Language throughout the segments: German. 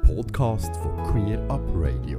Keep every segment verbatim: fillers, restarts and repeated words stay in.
Podcast von Queer Up Radio.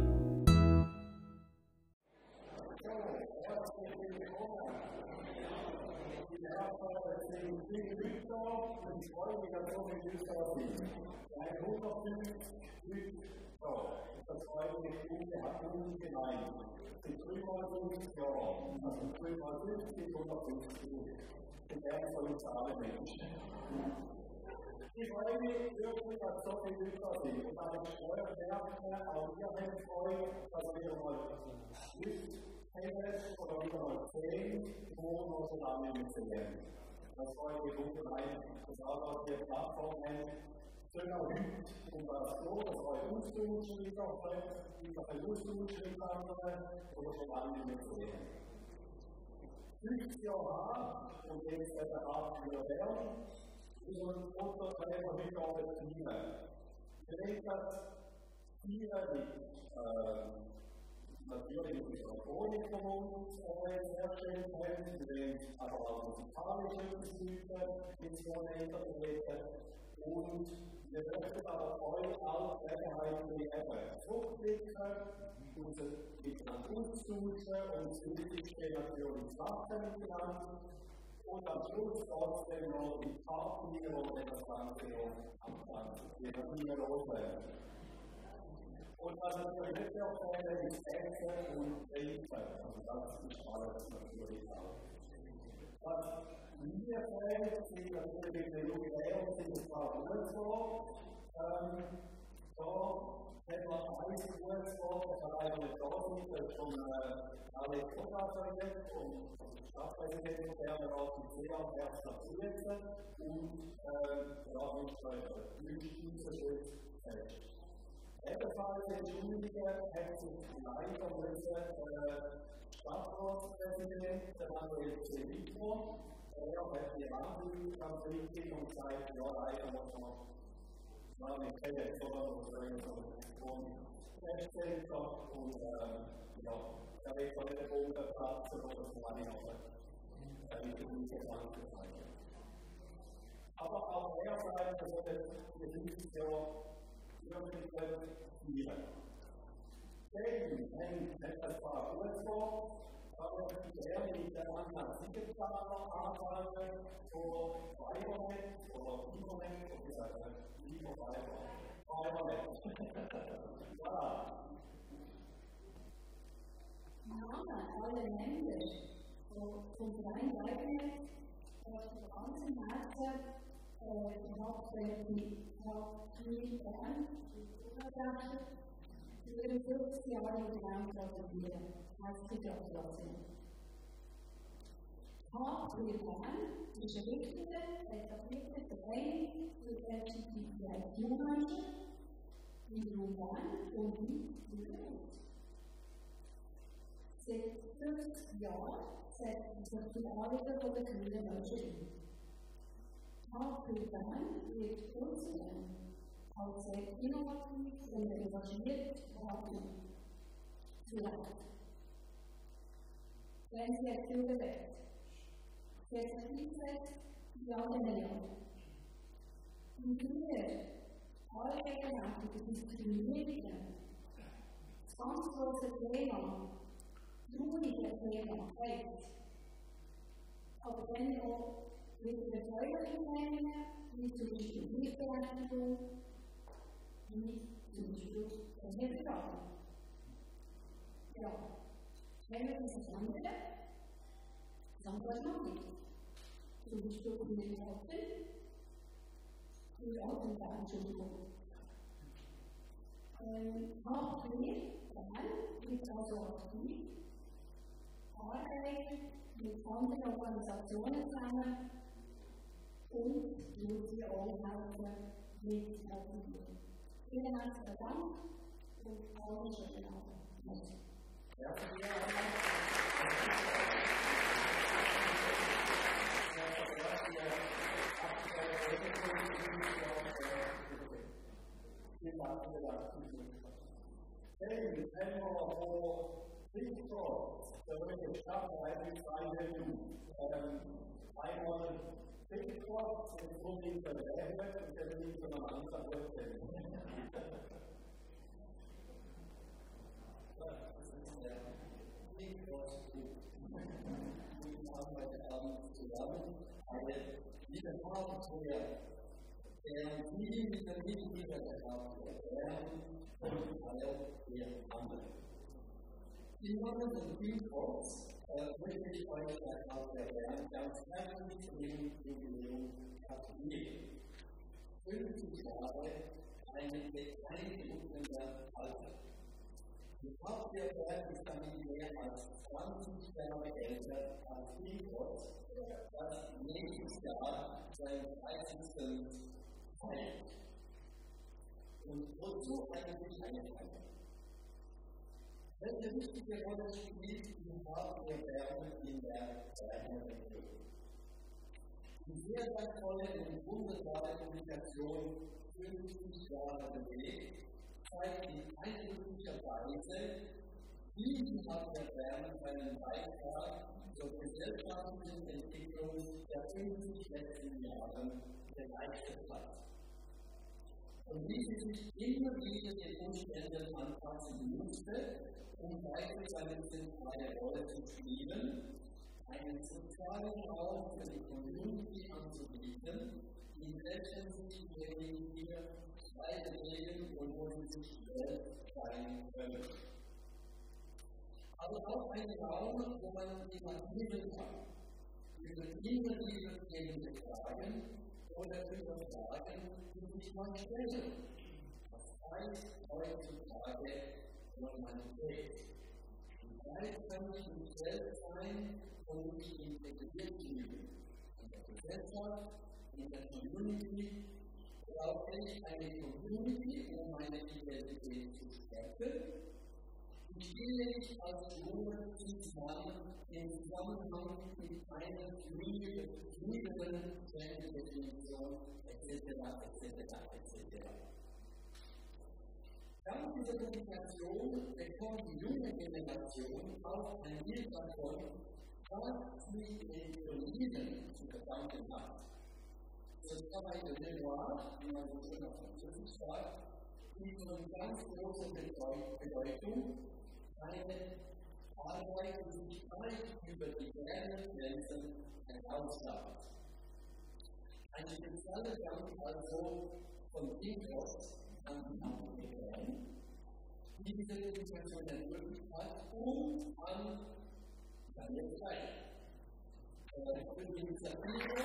Ich freue mich wirklich, dass so viele Leute da sind. Und dann ist es merken, auch ihr habt Freude, dass wir wieder mal Leute kennen oder wieder mal sehen, wo wir so lange nicht sehen. Das freut mich ungemein, dass auch auf der Plattform haben. Schön auch heute um das so, dass wir austauschen miteinander, wieder ein Austausch miteinander oder so lange nicht sehen. fünfzig Jahre her und jetzt hat er auch wieder werden. Und Fotos einfach nicht auf das Klima. Ich denke, dass viele mit natürlich Mikrofonen von uns hergestellt haben, die aber auch musikalische Instrumente vertreten. Und wir möchten aber euch auch Gelegenheit geben, zurückblicken, uns miteinander austauschen und das Wichtigste natürlich das Lachen miteinander. Und am Schluss trotzdem noch die Party, wo wir das Ganze anfangen. Wir haben nie mehr loslegen. Und was natürlich nicht mehr fehlen, ist Essen und Trinken. Also das ist alles natürlich auch. Was mir fehlt, sind natürlich die Jubiläum, sind ein paar Ruheswort. Ähm, da hat man ein Ruheswort, das kann eigentlich da sein, das ist von Alex Kotlazariert und Stadtpräsident von Bernhard und Seeland erst dazusetzen und ja, nicht weiter wünschen, fest. Ebenfalls entschuldigen hat sich leider unser Stadtratspräsident, der Manuel Cevitro. Er hat die Anhörung ganz richtig und gesagt, ja, leider muss man ja, nicht kennen, sondern so Festcenter und ja, da wird von der Boden platzen oder so eine Sache. Mit dem Gedanken zeigen. Aber auch er sagt, dass er die fünfzig Jahre wirklich feiern. Dann hat das paar Uhr aber ich werde mit der anderen Siegesplaner anfangen, vor Fibernet oder Fibernet, und ich sage, lieber Fibernet. Voilà. Name aller Länder vom Verein Weibnet aus dem ganzen Herzen hauptsächlich Hauptschule Bern für ihre fünfzig Jahre Programm gratulieren. Herzliche Gratulation. Hauptschule Bern ist ein wichtiger, etablierter Verein für L G B T I Q-Menschen in Bern und in der Welt. Seit fünfzig Jahren setzen sich die Anliegen der queeren Menschen ein. Hauptschule Bern wird außerdem als sehr innovativ und engagiert wahrgenommen. Vielleicht. Wenn sie es zugehört, sie hat sich eingesetzt in all diesen Jahren. Wie früher alle gegenwärtigen Diskriminierungen, das ganz große Thema, traurige Thema, heißt, aber dann noch mit betreulichen Themen, wie zum Beispiel Gleichberechtigung, wie zum Beispiel Kindergarten. Ja, wenn wir dieses ändern, dann geht noch nicht. Zum Beispiel in den Orten, in den Orten der Entschuldigung. Hauptsächlich, dann gibt also aktiv Arbeit mit anderen Organisationen zusammen und tut sie auch helfen mit Strategien. Vielen herzlichen Dank und allen schönen Abend. Ja. Vielen Dank für die Hey, wenn wir noch Victor, der neue Stadtreise zeigen, einmal Victor, den Grund in der Lehre und der Grund von einer anderen Welt. Diese Abenteuer, deren Ziel mit der Mitglieder gehabt werden, und Teil der anderen. Die Namen und Bildwort möchte ich euch als der ganz herzlich zu dem Jubiläum gratulieren. fünfzig Jahre eine beeindruckende Alter. Die Hauptwerk ist damit mehr als zwanzig Jahre älter als Bildwort, das nächstes Jahr seinen dreißigsten feiert. Und wozu eigentlich eine Feier? Welche wichtige Rolle spielt die Hauptwerke in der Religion? Die sehr wertvolle und wunderbare Publikation fünfzig Jahre bewegt zeigt in eindrücklicher Weise, wie die Hauptwerke seinen Beitrag zur gesellschaftlichen Entwicklung der fünfzig letzten Jahre geleistet hat. Und wie sie sich immer wieder den Umständen anpassen musste, um weiter seine zentrale Rolle zu spielen, einen sozialen Raum für die Community anzubieten, in welchem sich die hier frei bewegen und wo sie sich selbst sein können. Aber auch ein Raum, wo man debattieren kann, über immer diese Themen befragen oder über Fragen, die sich mal stellen. Was heißt heutzutage Normalität? Wie kann ich mich selbst sein und mich integriert fühlen? In der Gesellschaft, in der Community, brauche ich eine Community, um meine Identität zu stärken? Wie stehe ich als Junge zusammen im Zusammenhang mit einer fliegenden Definition et cetera et cetera et cetera. Dank dieser Publikation bekommt die junge Generation auch ein Bild davon, was sie den Pionieren zu verdanken hat. Das Travail de Mémoire, wie man so schön auf Französisch sagt, ist von ganz großer Bedeutung, eine Arbeit, die sich weit über die fernen Grenzen hinausschafft. Ein spezieller Dank also von Bildwort an die Hauptwerke, die diese Publikation ermöglicht hat, und an Daniel Klein. Für die Initiative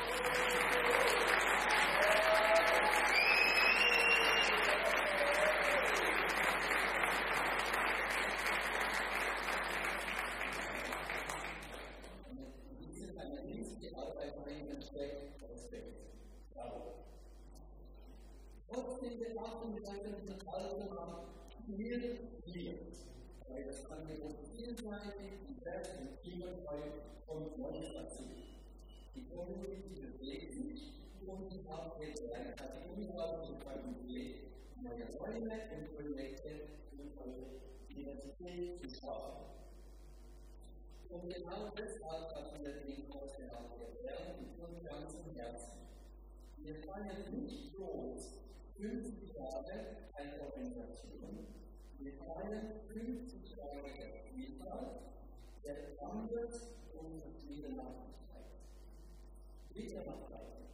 trotzdem der achtunddreißigsten Alter hier liegt, weil das Angebot vielseitig, divers und themenfrei und qualitativ. Die Community bewegt sich und die Hauptwerke hat die unglaubliche Qualität, neue Räume und Projekte für eure Identität zu schaffen. Und genau deshalb hat mir den Ausgehalt erklärt von ganzem Herzen. Wir feiern nicht bloß fünfzig Jahre eine Organisation, wir feiern fünfzig Jahre der Vielfalt, der Anders- und Verschiedenartigkeit. Wiedermachkeit.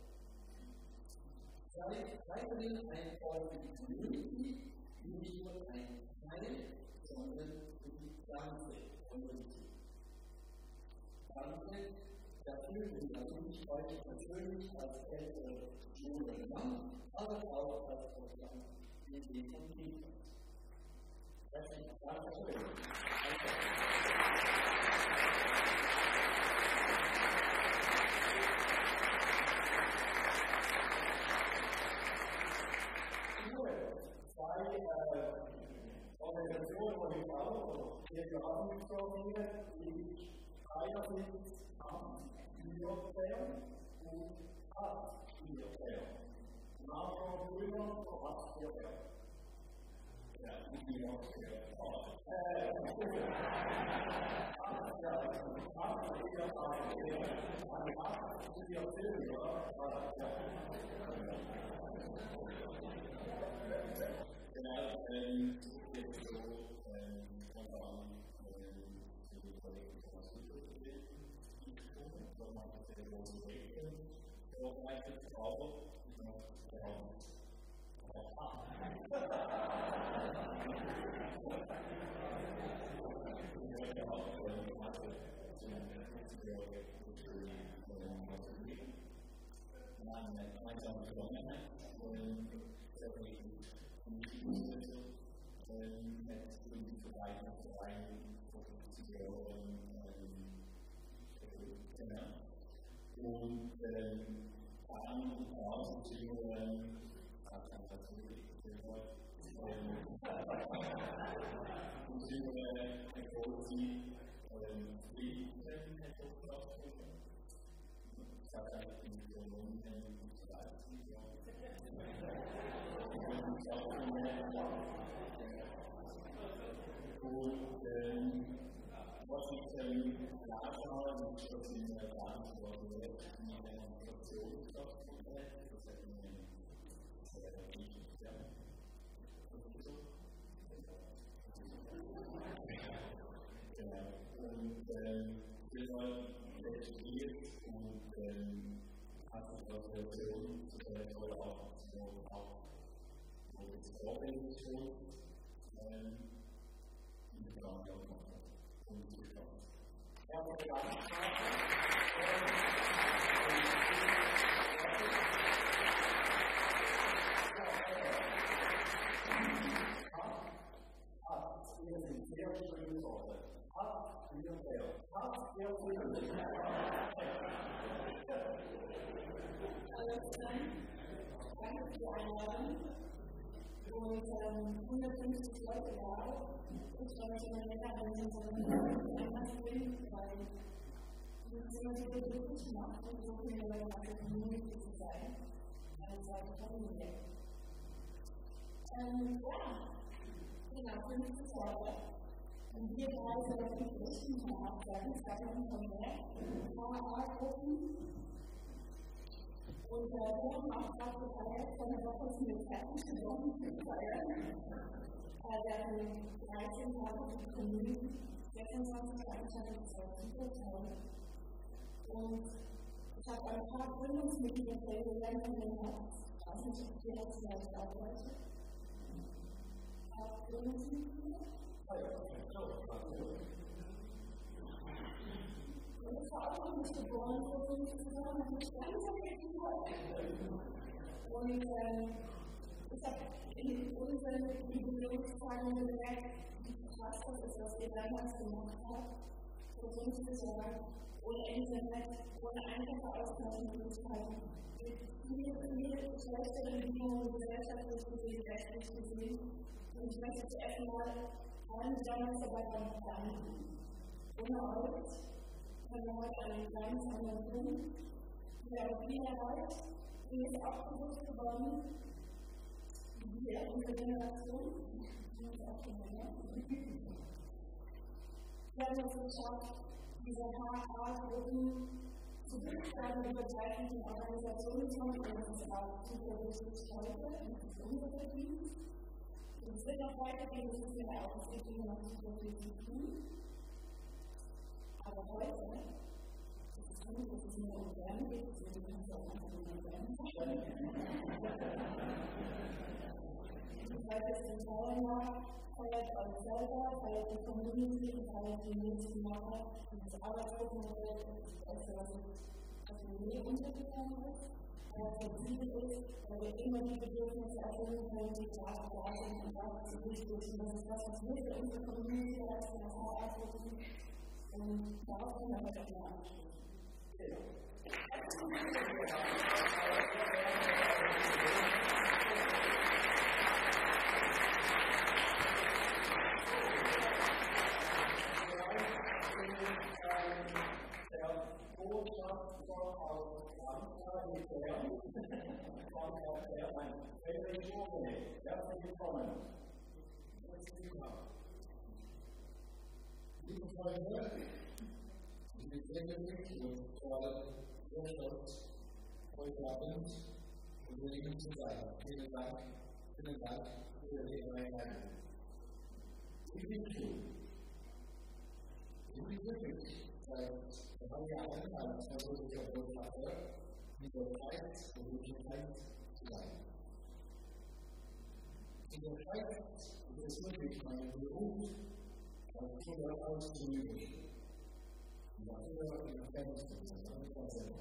Seid weiterhin ein Ort für die Community, nicht nur ein Teil, sondern für die ganze Community. Danke dafür und natürlich euch persönlich als ältere Schule Mann, aber auch als Programm in die Community. Herzlichen Dank. Organisationen von den Frauen, die wir angesprochen haben, die einerseits am Jubiläum und ab Jubiläum. Nachher früher und ab Jubiläum. Ja, nicht Jubiläum. vorbereitet, aber ja, und ähm, dann Außenbedingungen, das kann natürlich Beziehungen, Equality, Frieden, ich habe eigentlich die Ökonomien und so weiter. Und ähm, was ich ähm, nachschaue, ist, dass in der Verantwortung eine Demonstration stattfindet. Das hat mir sehr wichtig, ja. Genau. Und ähm, wir wollen registriert und ähm, hat sich die Situation zu der Rolle auch, auch wo es vorgelegt schon ähm, in der Verantwortung und zu schauen. Ja, das ist wir sind sehr schöne Worte. Hat wir fair. Hat wir fair. Danke für die Einladung. Und ähm, hundertfünfzig Leute da. Ich freue mich immer länger, wenn wir so einen bringen, weil es immer so viel glücklich macht und so viele Leute auf der Community zu sein. Eine zweite Familie. Ähm, ja. Genau, fünfzig Leute. Und wir drei sind auf die Pflichten haben, es gab noch von mehr A-Gruppen. Und äh, wir haben auch gerade gefeiert, von der Woche sind wir fertig geworden zu feiern. Äh, wir hatten dreizehn Tage für die Kommunen, sechsundzwanzig Veranstaltungen, das war super toll. Und ich habe ein paar Gründungsmitglieder kennengelernt und gehabt, ich weiß nicht, ob ihr das vielleicht auch wollt. Und das war auch noch nicht geboren, so sind wir zusammen mit ganz vielen Leuten. Und ähm, ich habe in unseren Jubiläumstagen gemerkt, wie krass das ist, was wir damals gemacht haben. Vor fünfzig Jahren, ohne Internet, ohne einfache Austauschmöglichkeiten, mit viel, viel schlechteren Bedingungen gesellschaftlich gesehen, rechtlich gesehen. Und ich möchte zuerst mal allen damals dabei danken. Ohne euch können wir heute einen ganz anderen Punkt. Wir haben viel erreicht. Mir ist auch bewusst geworden, wie wir, unsere Generation, die uns auch schon mehr, wir haben es geschafft, diese H A-Gruppen zu buchstabenübergreifenden Organisationen zu machen. Und das ist auch super wichtig heute, das ist unser Verdienst. Und es wird auch weitergehen, das ist ja auch, es gibt immer noch super viel zu tun. Aber heute, das ist gut, dass es nur um Lernen geht, deswegen kannst du auch einfach nur Lernen verstehen. Heute ist ein Feuerjahr, feiert euch selber, feiert die Community, feiert die nächsten Jahre. Und das Arbeitsgruppenmodell ist das Beste, was wir je untergekommen ist. Aber flexibel ist, weil wir immer die Bedürfnisse erfüllen können, die gerade da sind und das ist wichtig. Und das ist das, was wir für unsere Community leisten, das Arbeitsgruppen. Und darauf können wir heute mal ansprechen. Herzlich willkommen. Liebe Freunde, ich bin sehr glücklich und vor allem sehr stolz, heute Abend mit Ihnen zu sein. Vielen Dank, vielen Dank für Ihre Einladung. Ich bin schön. Ich bin glücklich, seit drei Jahren als persönlicher Botschafter dieser Zeit und Wirklichkeit zu sein. In der Zeit ist es möglich, meinen Beruf als Schüler auszuüben. Und dafür in der Fenster zu sein.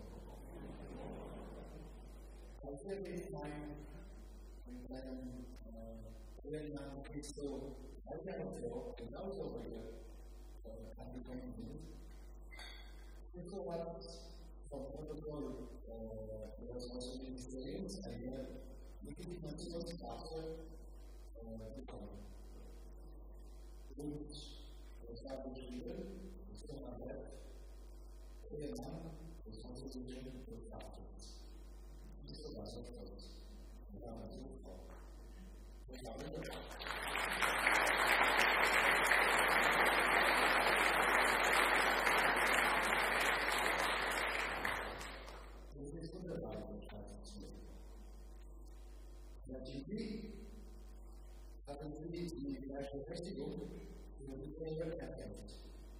Als wir mit meinem Ehemann Christo Alberto genauso heute angekommen sind, Christo hat vom Protokoll des Ministeriums eine Legitimationskarte bekommen. Und es war beschrieben, es ist ein Ehemann des französischen Betrachters. Das ist was er tut. Wir haben eine Frau. Ich habe eine Frau. Das ist wunderbar, das zu tun. Natürlich haben Sie die Gleichberechtigung für die Ehe erkennt.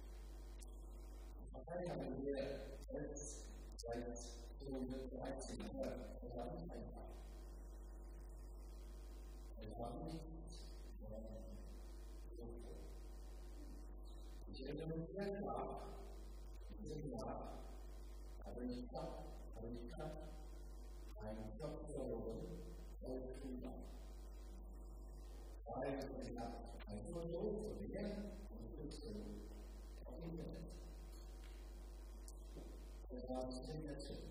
Dabei haben wir jetzt seit dreizehn Jahren einfach. Es war nicht so. Ich erinnere mich sehr klar, in diesem Jahr habe ich knapp, habe ich knapp einen Job verloren als Schüler. Weil ich habe ein Foto von mir und Christo auf dem Internet. Das war ein bisschen erzählt.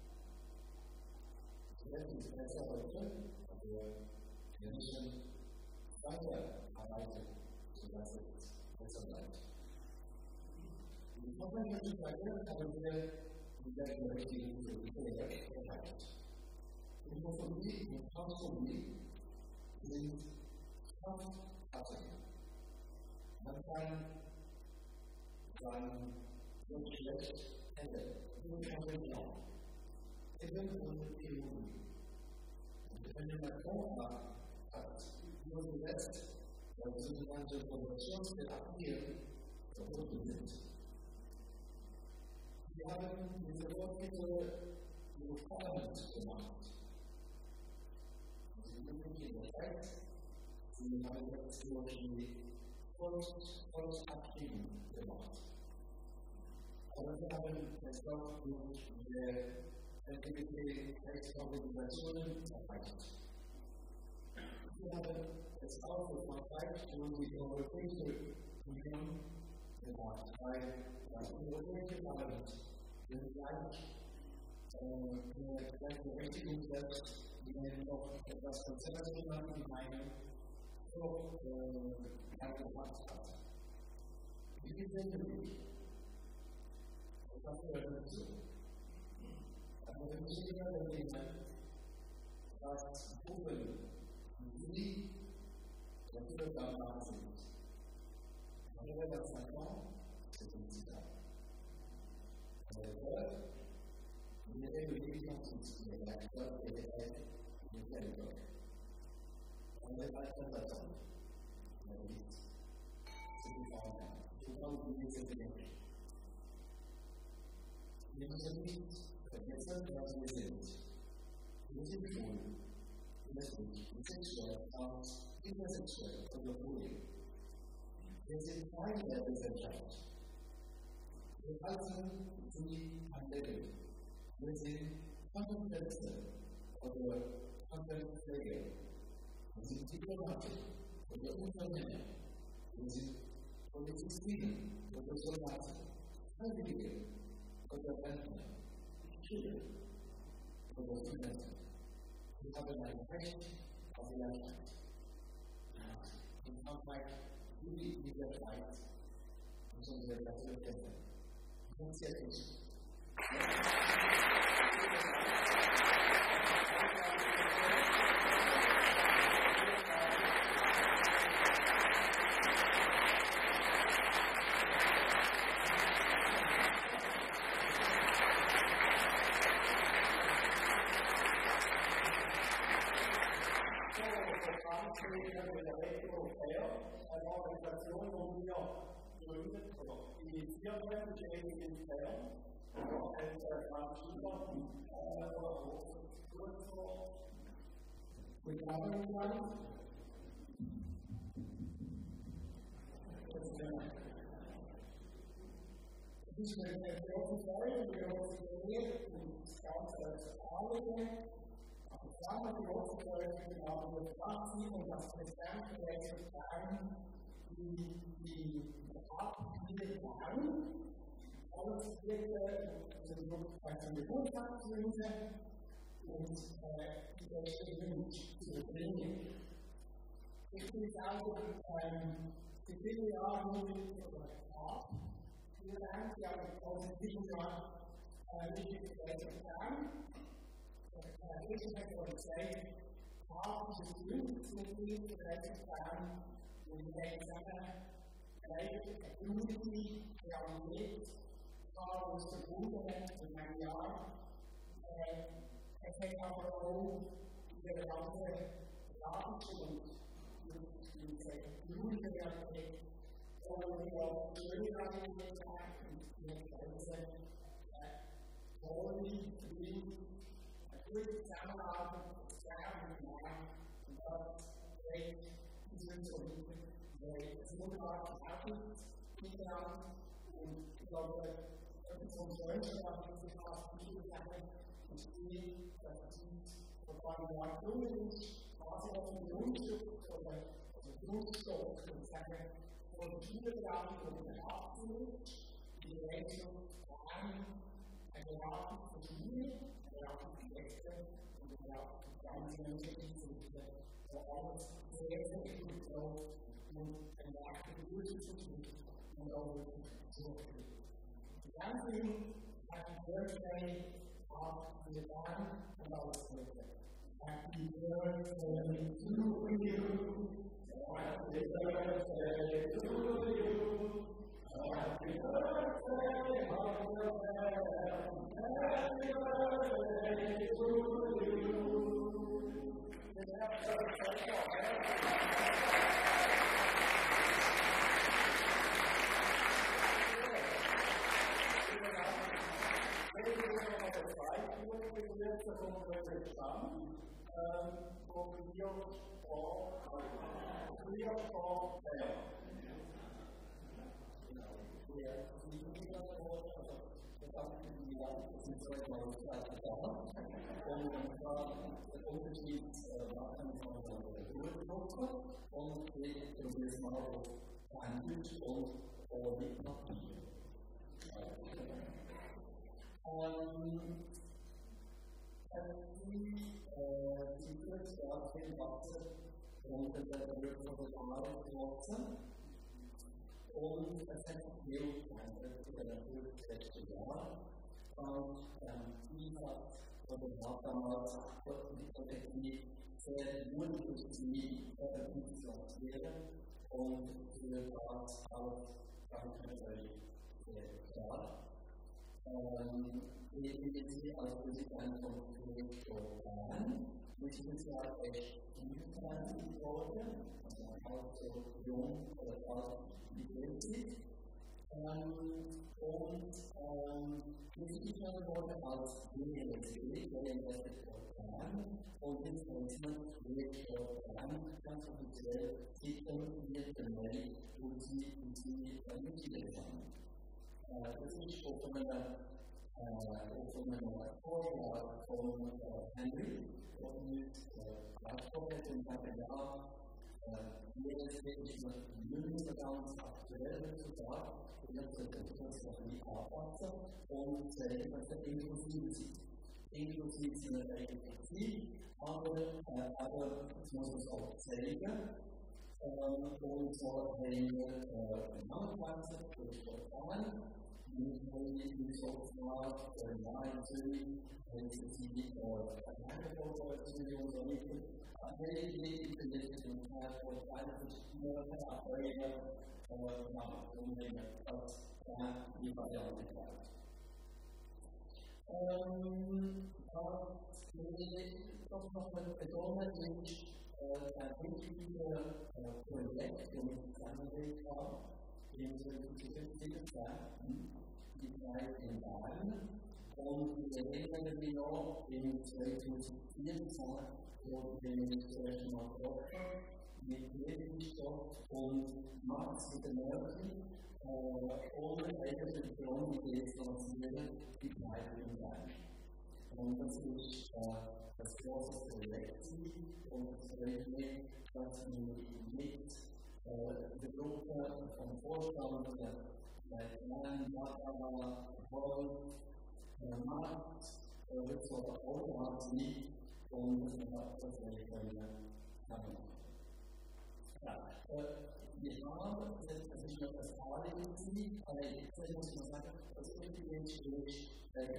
Jetzt ist es besser heute, aber wir müssen weiterarbeiten, sodass es besser bleibt. Die Hoffnungsmöglichkeiten haben wir die Gleichberechtigung für die Ehe erreicht. Homophobie und Transphobie sind Kraftattacken. Man kann sein so schlecht handeln, nur schon genau. Eben und Theorie. Und wenn jemand Corona hat, nur gesetzt, weil sogenannte Promotionstherapien verboten sind. Wir haben diese Wortmittel so spannend gemacht. Sie sind in der Schweiz, sie haben jetzt durch die Volksabstimmung gemacht. Aber wir haben es auch durch die L G B T-Rechtsorganisationen erreicht. Wir haben es auch durch Frankreich und die Europäische Union gemacht, weil das Europäische Parlament den gleich eine Gleichberechtigung setzt, die mir noch etwas konservativ in meinem Kopf gemacht hat. Wie sehen Sie? Das ist so. Aber wenn Sie jemanden nehmen, was Gruppen wie dafür da sind, dann wird das einfach zu Zitat. Aber wir werden wirklich noch zu ziehen, weil ich glaube, wir werden nicht mehr durch. Und wir werden das dann. Und nicht zu viel Frauen. Ich glaube, wir sind nicht. Wir müssen nicht vergessen, was wir sind. Wir sind schwul, lesbisch, bisexuell, trans, intersexuell oder poly. Wir sind Teil der Gesellschaft. Wir halten sie am Leben. Wir sind Krankenpfleger oder Krankenpfleger. Wir sind Diplomaten oder Unternehmer. Wir sind Polizisten oder Soldaten, Freiwillige oder Rentner, Schüler oder Studenten. Wir haben ein Recht auf Gleichheit. In Frankreich, wie in der Schweiz, müssen wir dafür kämpfen. Grundsätzlich. gegründet, oder initiiert werden, die Ehe in Bern. Da hat der Franz Schiller oder gut vor. Guten Abend, miteinander. Es ist eine große Freude, eine große Ehre und das Ganze zu anschauen. Aber es war eine große Freude, wir haben das Fazit und das Präsidentschaftsrecht fragen, wie die Abschnitte waren. Alles Vierte, also wirklich eine Geburtstagswünsche und die beste Wünsche zu bringen. Ich bin auch für viele Jahre mit ab. Wir lernen ja mit positiven Jahren nicht besser an. Ich habe schon gesagt, habe ich es nicht so viel besser an und ich denke, vielleicht eine Community, Realität, was verbunden hat mit meinem Jahr. Es hat aber auch diese ganze Daten und diese Realität. Und wir haben schöne Realität gemacht und die ganze tolle, eine gute Zusammenarbeit, zusammen gemacht und das trägt diesen so weiter. Weil es wunderbar gearbeitet miteinander und ich glaube, etwas vom Schönsten, was ich sich fast nicht sagen, ist die, dass die Zeit vor zwei Jahren gelungen ist, quasi auf dem Grundstück oder Grundstock, ich würde sagen, von vielen Jahren von der Abzug, die Rechnung planen, eine Beratung für Schule, eine Beratung für Rechte und eine Beratung für ganze Menschenrechte, vor allem sehr, sehr gut drauf und eine Beratung für Ursachen und auch wirklich so viel. Thank you. Happy birthday, Happy birthday, and alles Gute. Happy birthday to you. Happy birthday to you. Happy birthday, happy birthday, happy birthday to you. Und ich probiere es mal auf Englisch und mit Papier. Die Geburtstag in Wasser unter der Brücke von der Haare gewachsen. Und es hat sich viel verändert in den letzten Jahren. Und die hat oder hat damals die Strategie sehr gut durch sie effektiv zu aktivieren und für das auch danke euch sehr klar. Ich bin hier als Präsident von Projektorgan. Ich bin ja echt unfreiwillig geworden, also auch so jung oder fast wie vierzig. Und ich bin geworden als W W C, Projektorgan, und insgesamt Projektorgan ganz offiziell Titel wird gemeldet und sie Mitglieder haben. Das ist auch von einer Vorschlag von Henry und Gleichvorheit und sagen, ja, jedes ist nicht ganz aktuell sozusagen, und jetzt wird das nicht anpassen und sagen, dass es inklusiv ist. Inklusiv sind eigentlich Ziel, aber es muss es auch zeigen. Und zwar haben wir Namenplätze durch Organ, die Software oder Nahe Zürich, wenn sie eine Vorbereitung und so weiter. Eigentlich ist es ein Teil von einer Abwehr nach Umgängen, als die Variante bleibt. Was ich doch noch betonen ist, ein wichtiges Projekt, das ich zusammengelegt habe, in zweitausendsiebzehn die Zeit in Bern. Und wir erinnern mich noch in zweitausendvierzehn, wo wir uns das erste Mal getroffen mit Lebenstoff und Max mit der Mörtel, ohne eigentlich die Idee zu lancieren, die Zeit in Bern. Und das ist äh, das große Projekt und es freut mich, dass wir mit äh, der Gruppe vom Vorstand, der Kleinen, Barbara, Wolf, der Markt, der Rücksel auch hat sie und das wir können haben. Ja, wir haben, das ist noch das Anliegen, aber jetzt muss man sagen, das Wichtige ist,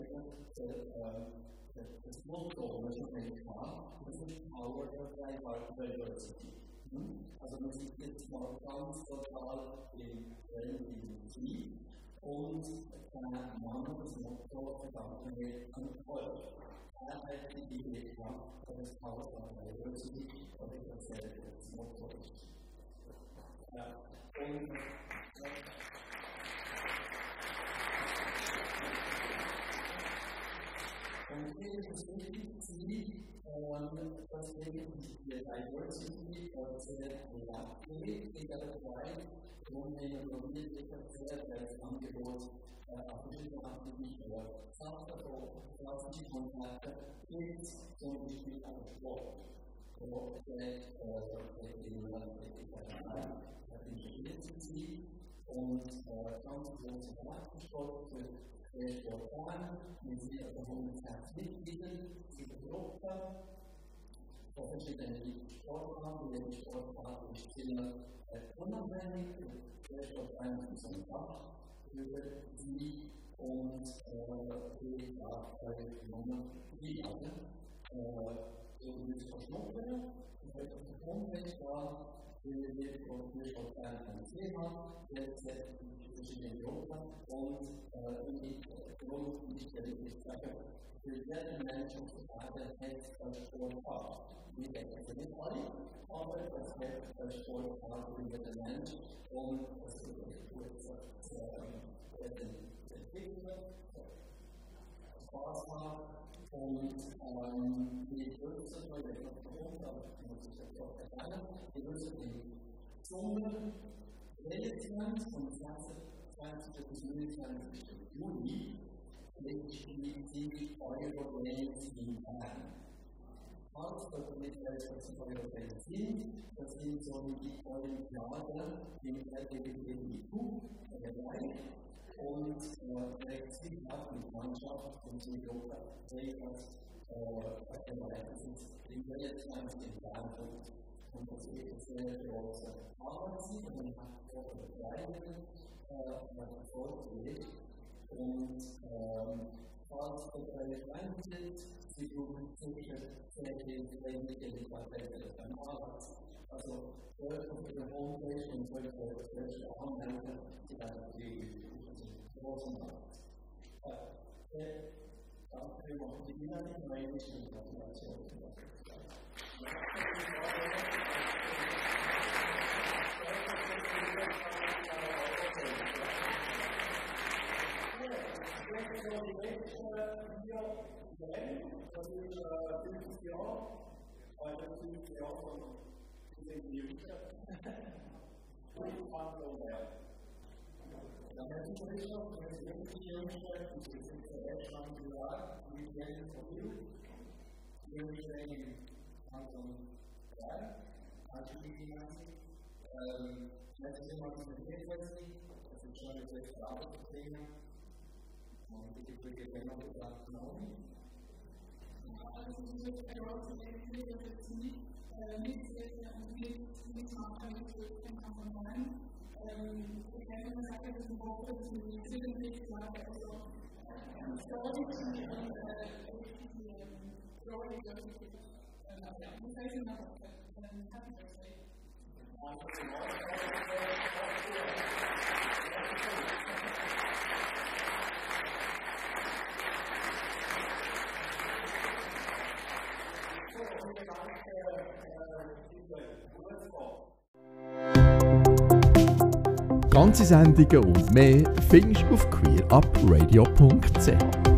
das Motto, das ich nicht habe, das ist Power of Diversity. Also man sieht jetzt mal ganz total im Trend und ein Mann, das Motto verdanken wir an euch. Er hat die Idee gehabt, dass es Power of Diversity und ich erzähle, das Motto ist. Ja, und Und hier ist es wichtig, dass wir die Diversity sehr beachtet in der Zeit, wo wir involviert sehr das Angebot auf verschiedene Aktivitäten, also klassische Kontakte mit zum Beispiel am Sport, wo der integriert sind und ganz große Leistungssport für der Sportplan mit hundertsechs Mitgliedern in der Gruppe. Von verschiedenen Sportarten, jeder Sportart ist ziemlich unabhängig. Der Sportplan ist ein Fach über sie und die Nummer die alle. So wie es verschmucken, und wenn auf der Homepage war, wie wir die Sportplan von Thema, jetzt die verschiedenen Gruppen und die Grund nicht richtig sagen, für jeden Menschen zu sagen, es ein Sportart. Wir denken es nicht alle, aber es gibt ein Sportart für jeden Mensch und es ist eine gute Entwicklung, Spaß macht und die Größe, weil ich noch gewohnt habe, muss ich jetzt auch erklären, die Größe im Sommer, Relativement vom zwanzig bis neunundzwanzig Juni liegt die Euro Games in Bern. Falls das nicht weiß, was die Euro Games sind, das sind so die Olympiaden im L G B T I Q-Bereich und trägt sich ab mit Mannschaft und die Gruppe trägt das Bereich. Das ist die neunundzwanzig in Bern. Und das wird eine sehr große Arbeit sein, und man hat auch eine kleine Vorträge. Und falls das relevant ist, sie tun sicher sehr viel Training beim Arbeit. Also, dort auf der Homepage und dort auf der Website anmelden, die werden die großen Arbeit. Danke für die Inhalte, meine Gratulation. Das ist fünfzig Jahre, heute fünfzig Jahre von diesem Jüngsten. Und Anfang her. Dann hätten wir schon, wenn es fünfzig Jüngste, und wir sind zuerst schon gesagt, wir kennen von ihm, Jüngste in Anfang drei, also die Gymnastik. Letztes Jahr hatten wir vierundzwanzig, das ist schon eine sechs Jahre Trainer. Und ich würde gerne gesagt, Naomi. Also diese große Entwicklung jetzt nicht mitmachen mit dem Kanton Bern. Ich kann nur sagen, dass im Woche die Entwicklung also Storage und Storage ja, das heißt immer Happy Birthday. Ganze Sendungen und mehr findest du auf queer up radio punkt c h.